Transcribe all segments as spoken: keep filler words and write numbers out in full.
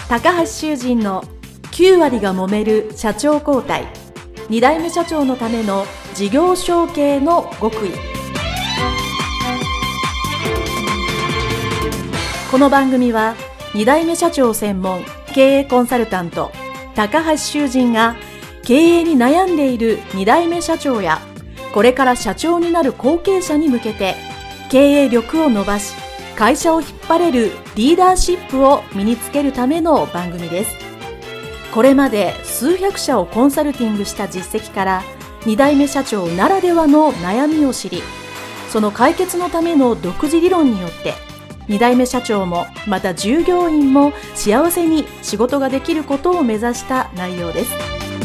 高橋修人のきゅう割が揉める社長交代、に代目社長のための事業承継の極意。この番組はに代目社長専門経営コンサルタント高橋修人が経営に悩んでいるに代目社長やこれから社長になる後継者に向けて経営力を伸ばし会社を引っ張れるリーダーシップを身につけるための番組です。これまで数百社をコンサルティングした実績からに代目社長ならではの悩みを知り、その解決のための独自理論によってに代目社長もまた従業員も幸せに仕事ができることを目指した内容です。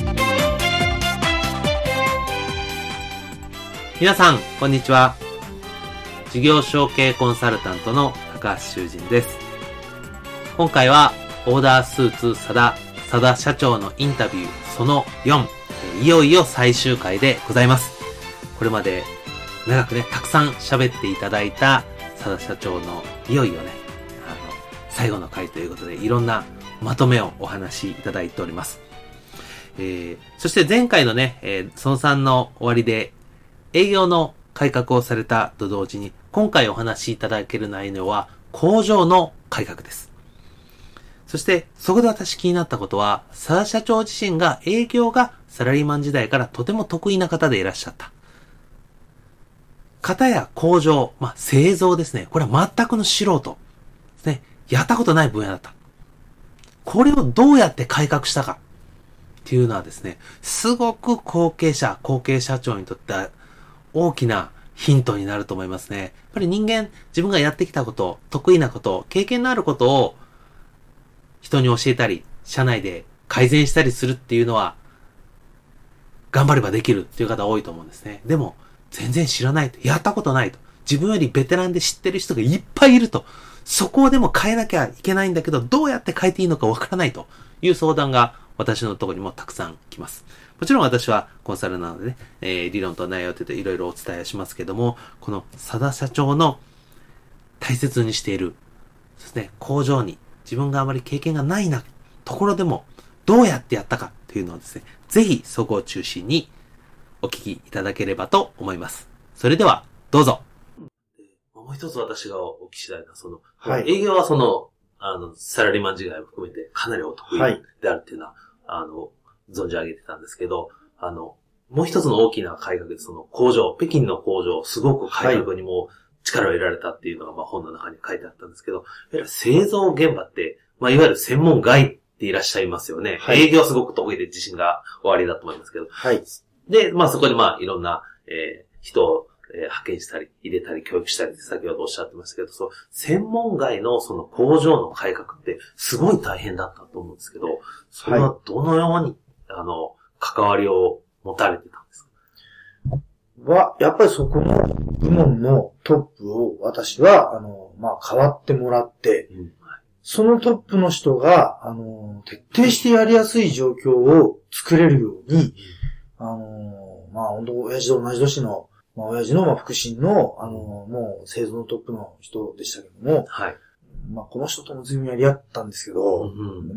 皆さんこんにちは。事業承継コンサルタントの高橋修人です。今回はオーダースーツ佐田佐田社長のインタビューそのよん、いよいよ最終回でございます。これまで長くねたくさん喋っていただいた佐田社長のいよいよねあの最後の回ということでいろんなまとめをお話しいただいております。えー、そして前回のね、えー、そのさんの終わりで営業の改革をされたと同時に今回お話しいただける内容は工場の改革です。そしてそこで私気になったことは佐田社長自身が営業がサラリーマン時代からとても得意な方でいらっしゃった。方や工場、まあ、製造ですね。これは全くの素人ですね。やったことない分野だった。これをどうやって改革したかっていうのはですね、すごく後継者、後継社長にとっては大きなヒントになると思いますね。やっぱり人間、自分がやってきたこと、得意なこと、経験のあることを人に教えたり、社内で改善したりするっていうのは、頑張ればできるっていう方多いと思うんですね。でも、全然知らないと、やったことないと、自分よりベテランで知ってる人がいっぱいいると、そこをでも変えなきゃいけないんだけど、どうやって変えていいのかわからないという相談が私のところにもたくさん来ます。もちろん私はコンサルなのでね、えー、理論と内容といろいろお伝えしますけども、この佐田社長の大切にしているですね、工場に自分があまり経験がないなところでもどうやってやったかというのをですね、ぜひそこを中心にお聞きいただければと思います。それではどうぞ。もう一つ私がお聞きしたいのはその、はい、営業はそのあのサラリーマン時代を含めてかなりお得意であるっていうのは、はい、あの存じ上げてたんですけど、あの、もう一つの大きな改革で、その工場、北京の工場、すごく改革にも力を得られたっていうのが、まあ本の中に書いてあったんですけど、製造現場って、まあいわゆる専門外っていらっしゃいますよね。はい、営業はすごく得意で自信がおありだと思いますけど。はい。で、まあそこでまあいろんな、えー、人を、えー、派遣したり、入れたり、教育したりって先ほどおっしゃってましたけど、そう、専門外のその工場の改革ってすごい大変だったと思うんですけど、それはどのように、あの、関わりを持たれてたんですか？は、やっぱりそこの部門のトップを私は、あの、まあ、変わってもらって、うん、そのトップの人が、あの、徹底してやりやすい状況を作れるように、うん、あの、まあ、本当親父と同じ年の、まあ、親父の、まあ、腹心の、あの、もう製造のトップの人でしたけども、はい。まあ、この人とも随分やり合ったんですけど、うん、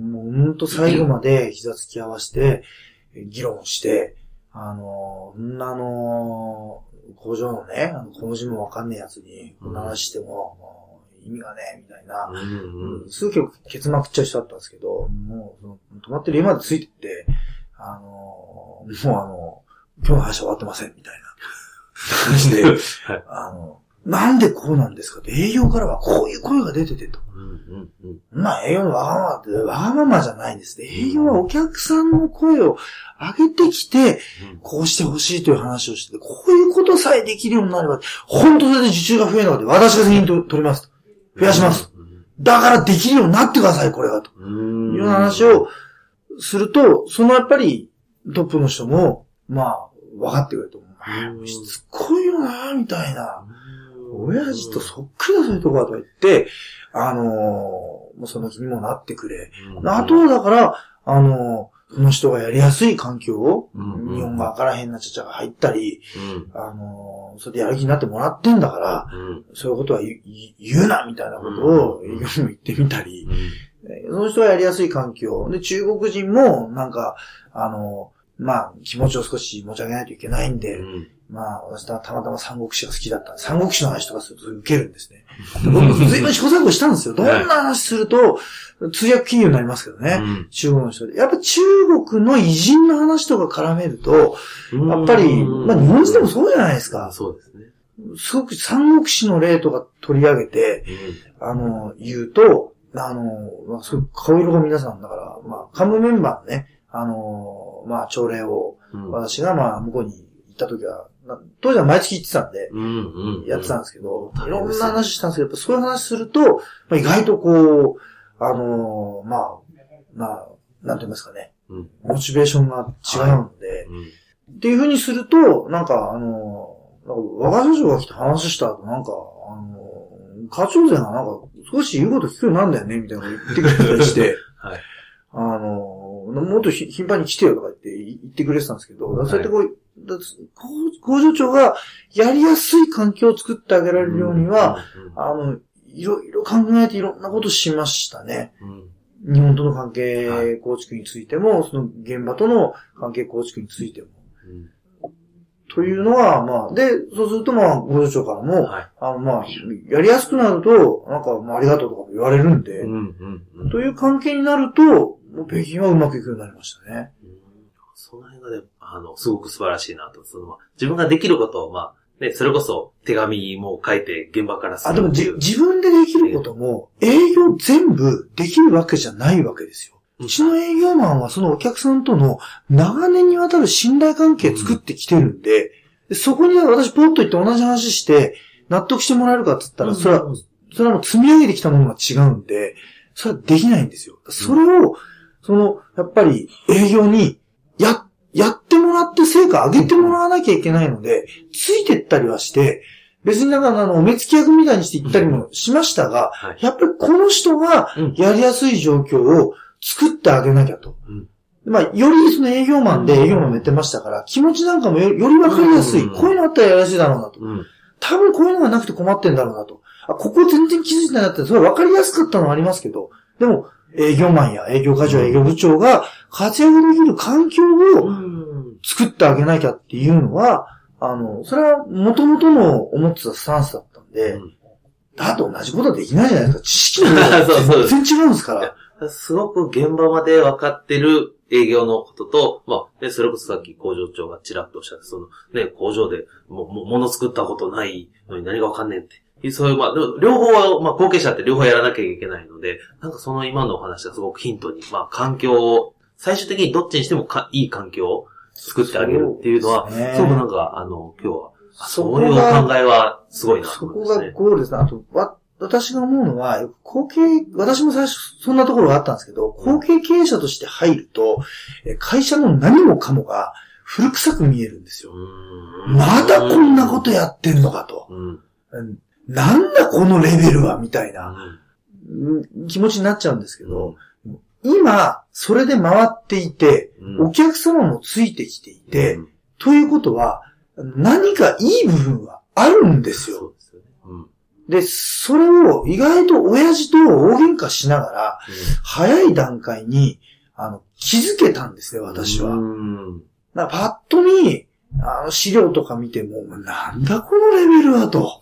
もうほんと最後まで膝つき合わせて、議論して、あの、そんなあの、工場のね、工事もわかんねえやつに、こんな話しても、もう意味がねえ、みたいな、うんうん、すぐ結構ケツまくっちゃう人だったんですけど、もう、止まってる家までついてって、あの、もうあの、今日の話は終わってません、みたいな感じで、はい、あの、なんでこうなんですかって、営業からはこういう声が出ててと。うんうんうん、まあ営業のわがままってわがままじゃないんですね。営業はお客さんの声を上げてきて、こうしてほしいという話をして、こういうことさえできるようになれば、本当それで受注が増えるので、私が責任取りますと。増やします。だからできるようになってください、これがと。いうような話をすると、そのやっぱりトップの人も、まあ、分かってくれると思う。しつこいよな、みたいな。親父とそっくりだそういうとこだとか言って、あのー、もうその気にもなってくれ。あとはだから、あのー、その人がやりやすい環境を、うんうん、日本がわからへんなちゃちゃが入ったり、うん、あのー、それでやる気になってもらってんだから、うん、そういうことは言うな、みたいなことを営業にも言ってみたり、 その人がやりやすい環境。で、中国人も、なんか、あの、まあ、気持ちを少し持ち上げないといけないんで、うん、まあ、私はたまたま三国志が好きだったんで、三国志の話とかすると受けるんですね。僕、随分試行錯誤したんですよ。どんな話すると、通訳企業になりますけどね、うん。中国の人で。やっぱ中国の偉人の話とか絡めると、やっぱり、まあ日本人でもそうじゃないですか。 そうですね。 すごく三国志の例とか取り上げて、うん、あの、言うと、あの、まあ、そういう顔色が皆さんだから、まあ、幹部メンバーのね、あの、まあ、朝礼を、私がまあ、向こうに行った時は、当時は毎月行ってたんで、やってたんですけど、いろんな話したんですけど、やっぱそういう話すると、まあ、意外とこう、あの、まあ、まあ、なんて言いますかね、うん、モチベーションが違うので、はいうん、っていう風にすると、なんか、あの、なんか若社長が来て話した後、なんか、あの、課長勢がなんか、少し言うこと聞くようになんだよね、みたいなこと言ってくれたりして、はい、あの、もっと頻繁に来てよとか言って言ってくれてたんですけど、はい、そうやってこう、工場長がやりやすい環境を作ってあげられるようには、うんうんうん、あの、いろいろ考えていろんなことしましたね。うん、日本との関係構築についても、はい、その現場との関係構築についても。うんというのは、まあ、で、そうするとまあ、工場長からも、はい、あの、まあ、やりやすくなると、なんか、まあ、ありがとうとかも言われるんで、うんうんうん、という関係になると、もう北京はうまくいくようになりましたね。うん、 その辺がね、あの、すごく素晴らしいなと。その、まあ、自分ができることを、まあ、ね、それこそ手紙も書いて現場からするあ、でもじ、自分でできることも、営業全部できるわけじゃないわけですよ。うちの営業マンはそのお客さんとの長年にわたる信頼関係作ってきてるんで、うん、そこに私ポッと言って同じ話して納得してもらえるかって言ったら、それは、それはもう積み上げてきたものが違うんで、それはできないんですよ。それを、その、やっぱり営業にや、やってもらって成果上げてもらわなきゃいけないので、ついてったりはして、別になんかあの、お目付け役みたいにして行ったりもしましたが、うんはい、やっぱりこの人がやりやすい状況を作ってあげなきゃと。うん、まあ、よりその営業マンで営業マンもやってましたから、気持ちなんかもよりわかりやすい、うん。こういうのあったらやりやすいだろうなと。うん、多分こういうのがなくて困ってんだろうなと。あ、ここ全然気づいてないなって、それはわかりやすかったのはありますけど、でも、営業マンや営業課長や営業部長が活躍できる環境を作ってあげなきゃっていうのは、あの、それは元々の思ってたスタンスだったんで、うん、だと同じことはできないじゃないですか。知識の全然違うんですから。 すごく現場まで分かってる営業のことと、まあ、ね、それこそさっき工場長がちらっとおっしゃって、そのね、工場でも、も、物作ったことないのに何が分かんねんって。そういう、まあ、両方は、まあ、後継者って両方やらなきゃいけないので、なんかその今のお話がすごくヒントに、まあ、環境を、最終的にどっちにしてもかいい環境を作ってあげるっていうのは、すごくなんか、あの、今日は、そういう考えはすごいなと思いますね。 そこがゴールですね。あと、わ、私が思うのは、後継、私も最初そんなところがあったんですけど、後継経営者として入ると、会社の何もかもが古臭く見えるんですよ。まだこんなことやってんのかと。うんなんだこのレベルはみたいな、うん、気持ちになっちゃうんですけど、うん、今、それで回っていて、うん、お客様もついてきていて、うん、ということは、何かいい部分はあるんですよ。そうですよね。うん、で、それを意外と親父と大喧嘩しながら、うん、早い段階に、あの、気づけたんですね、私は。うん、だからパッと見、あの資料とか見ても、なんだこのレベルはと。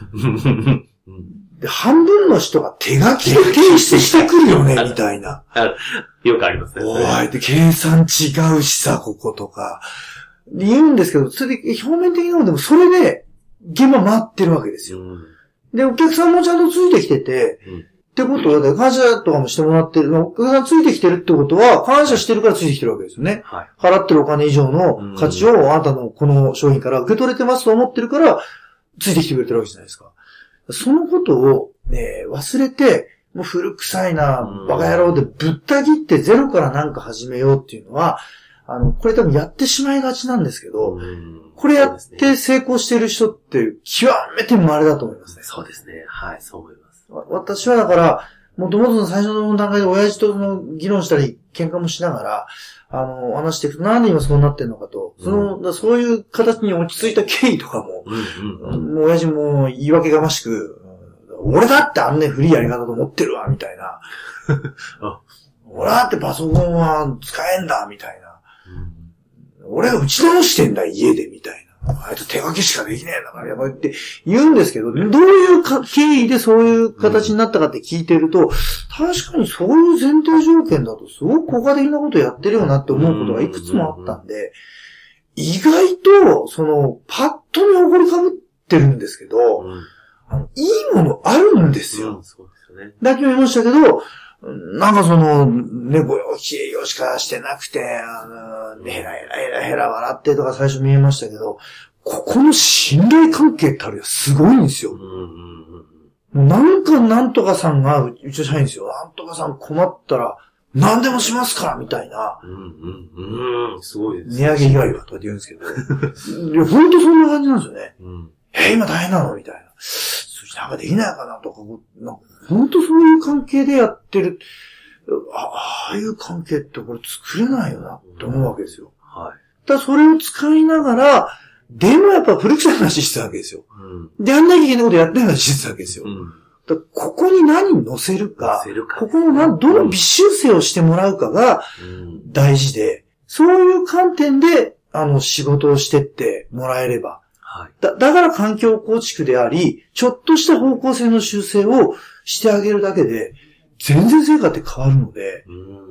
で、半分の人が手書きで提出してくるよね、みたいな。 よくありますね。 おい、で、計算違うしさ、こことか。言うんですけど、それで、表面的なのでも、それで、現場回ってるわけですよ。うん、で、お客さんもちゃんとついてきてて、うん、ってことは、ね、感謝とかもしてもらってる、お客さんついてきてるってことは、感謝してるからついてきてるわけですよね。はい、払ってるお金以上の価値を、あなたのこの商品から受け取れてますと思ってるから、ついてきてくれてるわけじゃないですか。そのことを、ね、忘れて、もう古臭いな、バカ野郎でぶった切ってゼロからなんか始めようっていうのは、あの、これ多分やってしまいがちなんですけど、これやって成功してる人って極めて稀だと思いますね。 そうですね。はい、そう思います。 私はだから、もともとの最初の段階で親父との議論したり、喧嘩もしながら、あの、話していくと、なんで今そうなってんのかと、その、うん、そういう形に落ち着いた経緯とかも、うんうんうん、もう親父も言い訳がましく、 俺だってあんな古いやり方と思ってるわ、みたいな。俺だってパソコンは使えんだ、みたいな。うん、俺が打ち直してんだ、家で、みたいな。あいつ手書きしかできねえんだから、やばいって言うんですけど、どういうか経緯でそういう形になったかって聞いてると、うん、確かにそういう前提条件だとすごく効果的なことやってるよなって思うことがいくつもあったんで、意外と、その、パッと見怒りかぶってるんですけど、うん、あのいいものあるんですよ。うん、そうですよね。だけも言いましたけど、なんかその、猫よきれいよしかしてなくて、あの、ヘラヘラヘラヘラ笑ってとか最初見えましたけど、ここの信頼関係ってあるよ、すごいんですよ。うんうんうん、もうなんかなんとかさんが、うちの社員ですよ、なんとかさん困ったら、何でもしますから、みたいな。うんうんうん、すごいです。 値上げ以外はとかって言うんですけど。いや、ほんとそんな感じなんですよね。うん、え、今大変なのみたいな。なんかできないかなとか、なんか本当そういう関係でやってる。あ、ああいう関係ってこれ作れないよなって思うわけですよ。うん、はい。ただそれを使いながら、でもやっぱ古臭い話してたわけですよ。うん、で、やんなきゃいけないことやってない話してたわけですよ。うん、だここに何乗せるか、乗せるかね、ここの何、どの微修正をしてもらうかが大事で、うん、そういう観点で、あの、仕事をしてってもらえれば、はい、だ、だから環境構築であり、ちょっとした方向性の修正をしてあげるだけで、全然成果って変わるので、うん、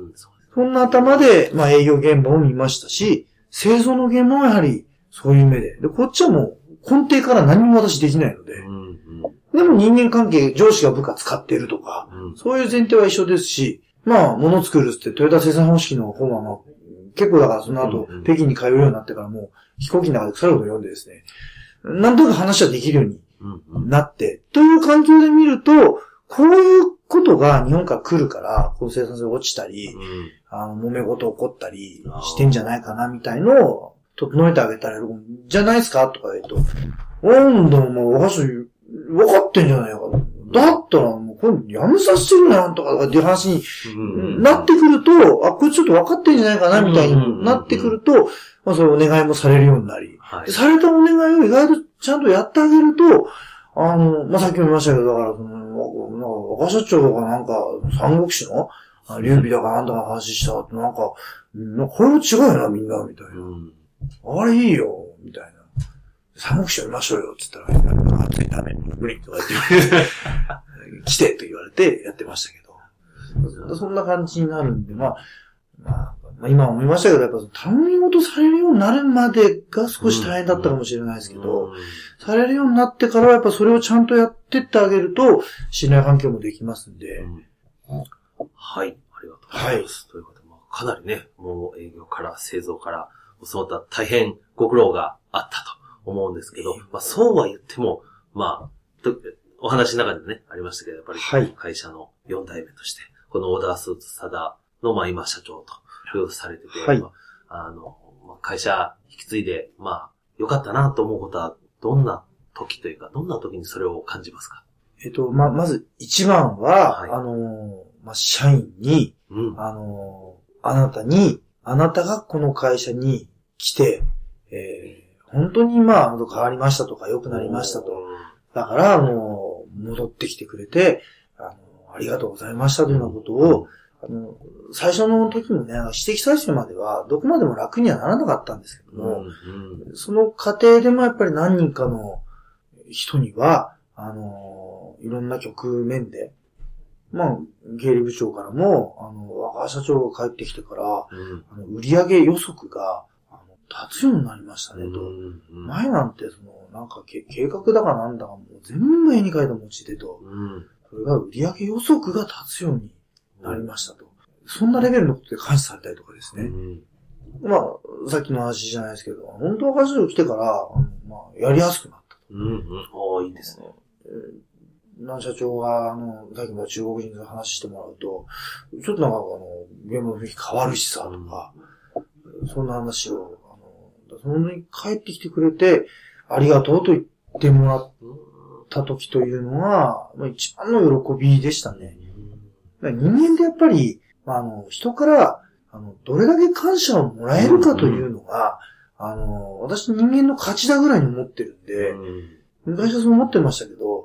そ, そんな頭で、まあ営業現場を見ましたし、製造の現場もやはりそういう目で、で、こっちはもう根底から何も私できないので、うんうん、でも人間関係、上司が部下使っているとか、うん、そういう前提は一緒ですし、まあ、物作るってトヨタ生産方式の本はまあ、結構だからその後、うんうん、北京に通うようになってからもう飛行機の中で腐るほど読んでですね、なんとか話はできるようになって、うんうん、という環境で見ると、こういうことが日本から来るから、この生産性落ちたり、うん、あの、揉め事起こったりしてんじゃないかなみたいのを整えてあげたら、じゃないですかとか言うと、なんだもう、おかしい、分かってんじゃないか。だったら、もう、これ、やめさせてるな、とか、っていう話になってくると、あ、これちょっと分かってんじゃないかな、みたいになってくると、まあ、そういうお願いもされるようになり、はい、されたお願いを意外とちゃんとやってあげると、あの、まあ、さっきも言いましたけど、だから、その、なんか、若社長がなんか、三国志の、劉備だかなんだか話したって、なんか、なんかこれも違うよな、みんな、みたいな。うん、あれいいよ、みたいな。三国志読みましょうよ、つったら、あ、ダメ、無理とか言って、来てと言われてやってましたけど。そんな感じになるんで、まあ、まあ、まあ、今思いましたけど、やっぱ頼み事されるようになるまでが少し大変だったかもしれないですけど、うんうん、されるようになってからはやっぱそれをちゃんとやってってあげると、信頼関係もできますんで。うん、 はい、ありがとうございます。はい、ということで、まあ、かなりね、もう営業から製造から、その他大変ご苦労があったと思うんですけど、まあそうは言っても、まあ、お話の中でね、ありましたけど、やっぱり会社のよん代目として、このオーダースーツサダの、まあ今社長というされてて、はい、まあ、あの、会社引き継いで、まあ、良かったなと思うことは、どんな時というか、どんな時にそれを感じますか？ えっと、ま、まず一番は、はい、あの、まあ、社員に、うん、あの、あなたに、あなたがこの会社に来て、えー、本当にまあ、変わりましたとか良くなりましたと。だから、もう、戻ってきてくれて、あの、ありがとうございましたというようなことを、あの、最初の時もね、指摘再生までは、どこまでも楽にはならなかったんですけども、うんうん、その過程でもやっぱり何人かの人には、あの、いろんな局面で、まあ、経理部長からも、あの、若社長が帰ってきてから、うん、あの売上予測が、あの、立つようになりましたね、と。うんうん、前なんて、その、なんか計画だかなんだかもう全部絵に描いた持ちでと、うん、それが売上予測が立つようになりましたと。そんなレベルのことで監視されたりとかですね。うん、まあ、さっきの話じゃないですけど、本当若社長来てから、あのまあ、やりやすくなったと。 うんうん、ああ、いいですね。 えー南社長が、あの、さっきの中国人の話してもらうと、ちょっとなんかあの、現場の雰囲気変わるしさ、とか、うん、そんな話を、あの、そのに帰ってきてくれて、ありがとうと言ってもらった時というのは、まあ、一番の喜びでしたね。うん、人間ってやっぱり、まあ、あの、人から、あの、どれだけ感謝をもらえるかというのが、うん、あの、私人間の価値だぐらいに思ってるんで、うん、昔はそう思ってましたけど、やっ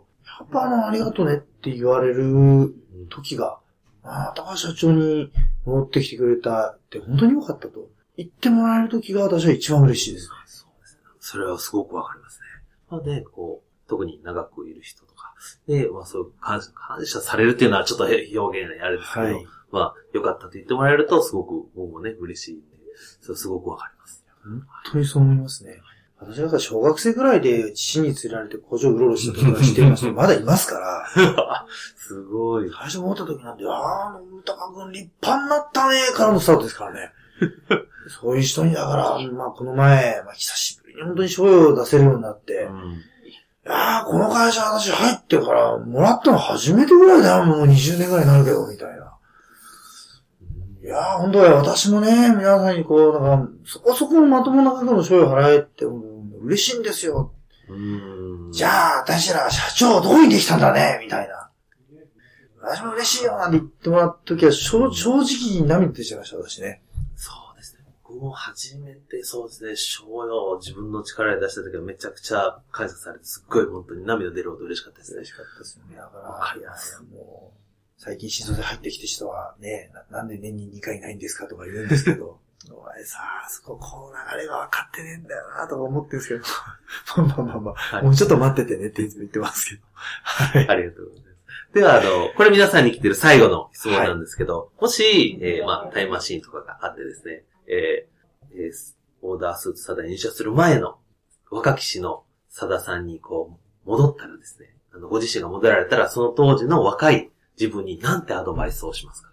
ぱあの、ありがとうねって言われる時が、ああ、高橋社長に戻ってきてくれたって本当に良かったと言ってもらえる時が私は一番嬉しいです。 そうですね。それはすごくわかりますね。まあね、こう、特に長くいる人とか、で、まあそういう感謝、感謝されるっていうのはちょっと表現あれですけど、はい、まあ良かったと言ってもらえるとすごく僕もね、嬉しいんで、それすごくわかります。 本当にそう思いますね。私だから小学生ぐらいで父に連れられて工場うろうろした時がしていますとまだいますから。 すごい。 最初思った時なんで、ああ、信孝くん立派になったねからのスタートですからね。そういう人にだから、まあこの前、まあ久しぶりに本当に賞与を出せるようになって、うん、いやーこの会社私入ってからもらったの初めてぐらいだよ、もうにじゅうねんぐらいになるけど、みたいな。いやー本当は私もね、皆さんにこう、なんか、そこそこのまともな額の賞与払えって、嬉しいんですよ。うーんじゃあ、私ら社長どうにできたんだねみたいな。私も嬉しいよなんて言ってもらった時は、正, 正直に涙出ちゃいました、私ね。 そうですね。僕も初めてそうですね、賞与を自分の力で出した時はめちゃくちゃ感謝されて、すっごい本当に涙出るほど嬉しかったですね。 嬉しかったですよね。だから、いやいやもう、最近新卒で入ってきた人はね、な, なんで年ににかいないんですかとか言うんですけど、お前さ、そこ、この流れが分かってねえんだよなとか思ってるんですけど、まあまあまあまあ、はい、もうちょっと待っててねって言ってますけど。 はい。ありがとうございます。では、あの、これ皆さんに来てる最後の質問なんですけど、はい、もし、えー、まあ、タイムマシーンとかがあってですね、えー、えー、オーダースーツサダに入社する前の若き士のサダさんにこう、戻ったらですね、あの、ご自身が戻られたら、その当時の若い自分に何てアドバイスをしますか？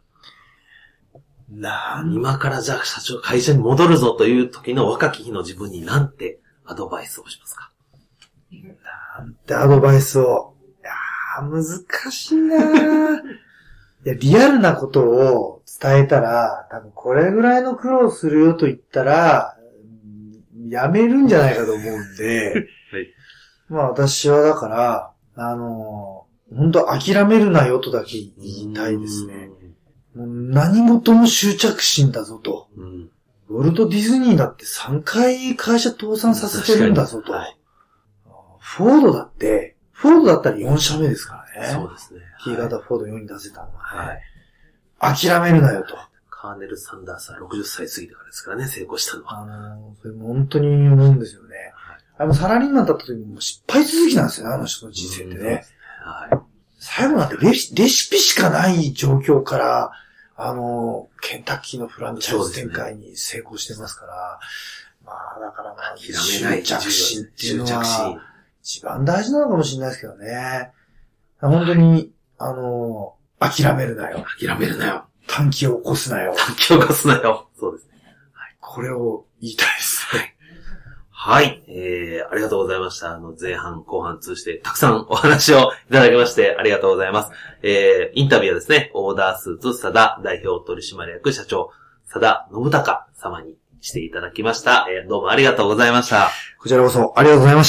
なん今からじゃあ社長、会社に戻るぞという時の若き日の自分に何てアドバイスをしますか？ なんてアドバイスを。いやー、難しいなー。いや、リアルなことを伝えたら、多分これぐらいの苦労するよと言ったら、やめるんじゃないかと思うんで、はい、まあ私はだから、あのー、本当諦めるなよとだけ言いたいですね。もう何事も執着心だぞと。うん、ウォルト・ディズニーだってさんかい会社倒産させてるんだぞと。はい、フォードだって、フォードだったらよん社目ですからね。 そうですね。 T 型フォードよに出せたのは、はい。諦めるなよと。 カーネル・サンダースはろくじゅっさい過ぎてからですからね、成功したのは。 あのー、それも本当に思うんですよね。はい、あのサラリーマンだった時も失敗続きなんですよね、あの人の人生ってね。はい。最後なんてレシレシピしかない状況から、あの、ケンタッキーのフランチャイズ展開に成功してますから、ね、まあ、だからまあ、 諦めない執着心っていうのは、一番大事なのかもしれないですけどね。本当に、はい、あの、諦めるなよ。 諦めるなよ。 短期を起こすなよ。 短期を起こすなよ。そうですね。 はい、これを言いたいですね。 はい。えー、ありがとうございました。あの、前半、後半通してたくさんお話をいただきましてありがとうございます。えー、インタビューはですね、オーダースーツサダ代表取締役社長、サダ信孝様にしていただきました。えー、どうもありがとうございました。 こちらこそありがとうございました。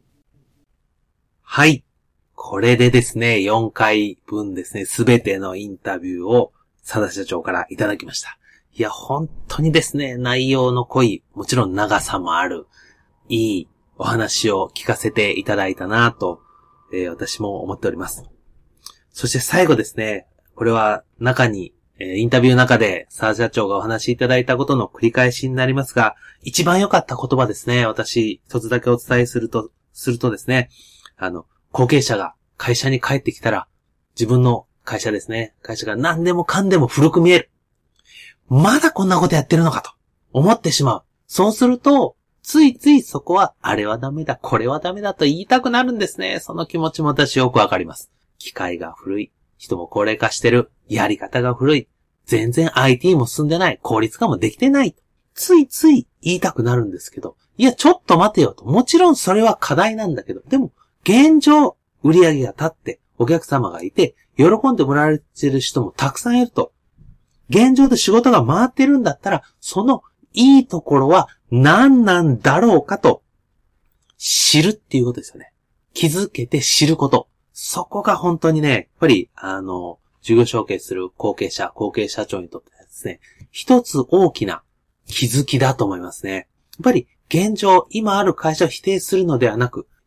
はい。これでですね、よんかいぶんですね、すべてのインタビューをサダ社長からいただきました。いや、本当にですね、内容の濃い、もちろん長さもある、いいお話を聞かせていただいたなと、えー、私も思っております。そして最後ですね、これは中に、えー、インタビューの中でサダ社長がお話しいただいたことの繰り返しになりますが、一番良かった言葉ですね、私一つだけお伝えすると、するとですね、あの、後継者が会社に帰ってきたら、自分の会社ですね、会社が何でもかんでも古く見える。まだこんなことやってるのかと思ってしまう。そうすると、ついついそこは、あれはダメだ、これはダメだと言いたくなるんですね。その気持ちも私よくわかります。機械が古い。人も高齢化してる。やり方が古い。全然 アイティー も進んでない。効率化もできてない。ついつい言いたくなるんですけど、いや、ちょっと待てよと。もちろんそれは課題なんだけど、でも、現状、売り上げが立って、お客様がいて、喜んでもらえてる人もたくさんいると。現状で仕事が回ってるんだったら、そのいいところは何なんだろうかと知るっていうことですよね。気づけて知ること。そこが本当にね、やっぱり、あの、事業承継する後継者、後継社長にとってですね、一つ大きな気づきだと思いますね。やっぱり現状、今ある会社を否定するのではなく、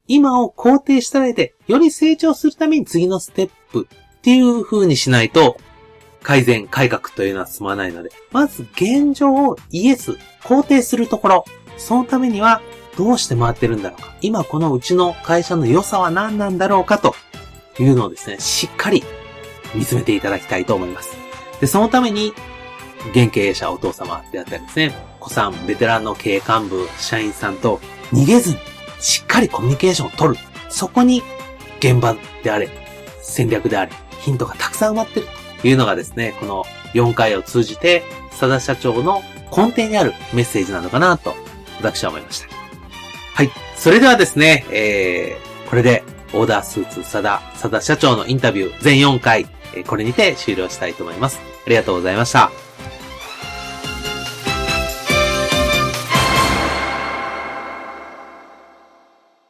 今を肯定した上で、より成長するために次のステップっていう風にしないと、改善、改革というのは進まないので、まず現状をイエス、肯定するところ、そのためにはどうして回ってるんだろうか。今このうちの会社の良さは何なんだろうかというのをですね、しっかり見つめていただきたいと思います。で、そのために、現経営者お父様であったりですね、子さん、ベテランの経営幹部、社員さんと逃げずに、しっかりコミュニケーションを取る。そこに、現場であれ、戦略であれ、ヒントがたくさん埋まっているというのがですね、このよんかいを通じて、佐田社長の根底にあるメッセージなのかなと、私は思いました。はい。それではですね、えー、これで、オーダースーツ佐田、佐田社長のインタビュー全よんかい、これにて終了したいと思います。ありがとうございました。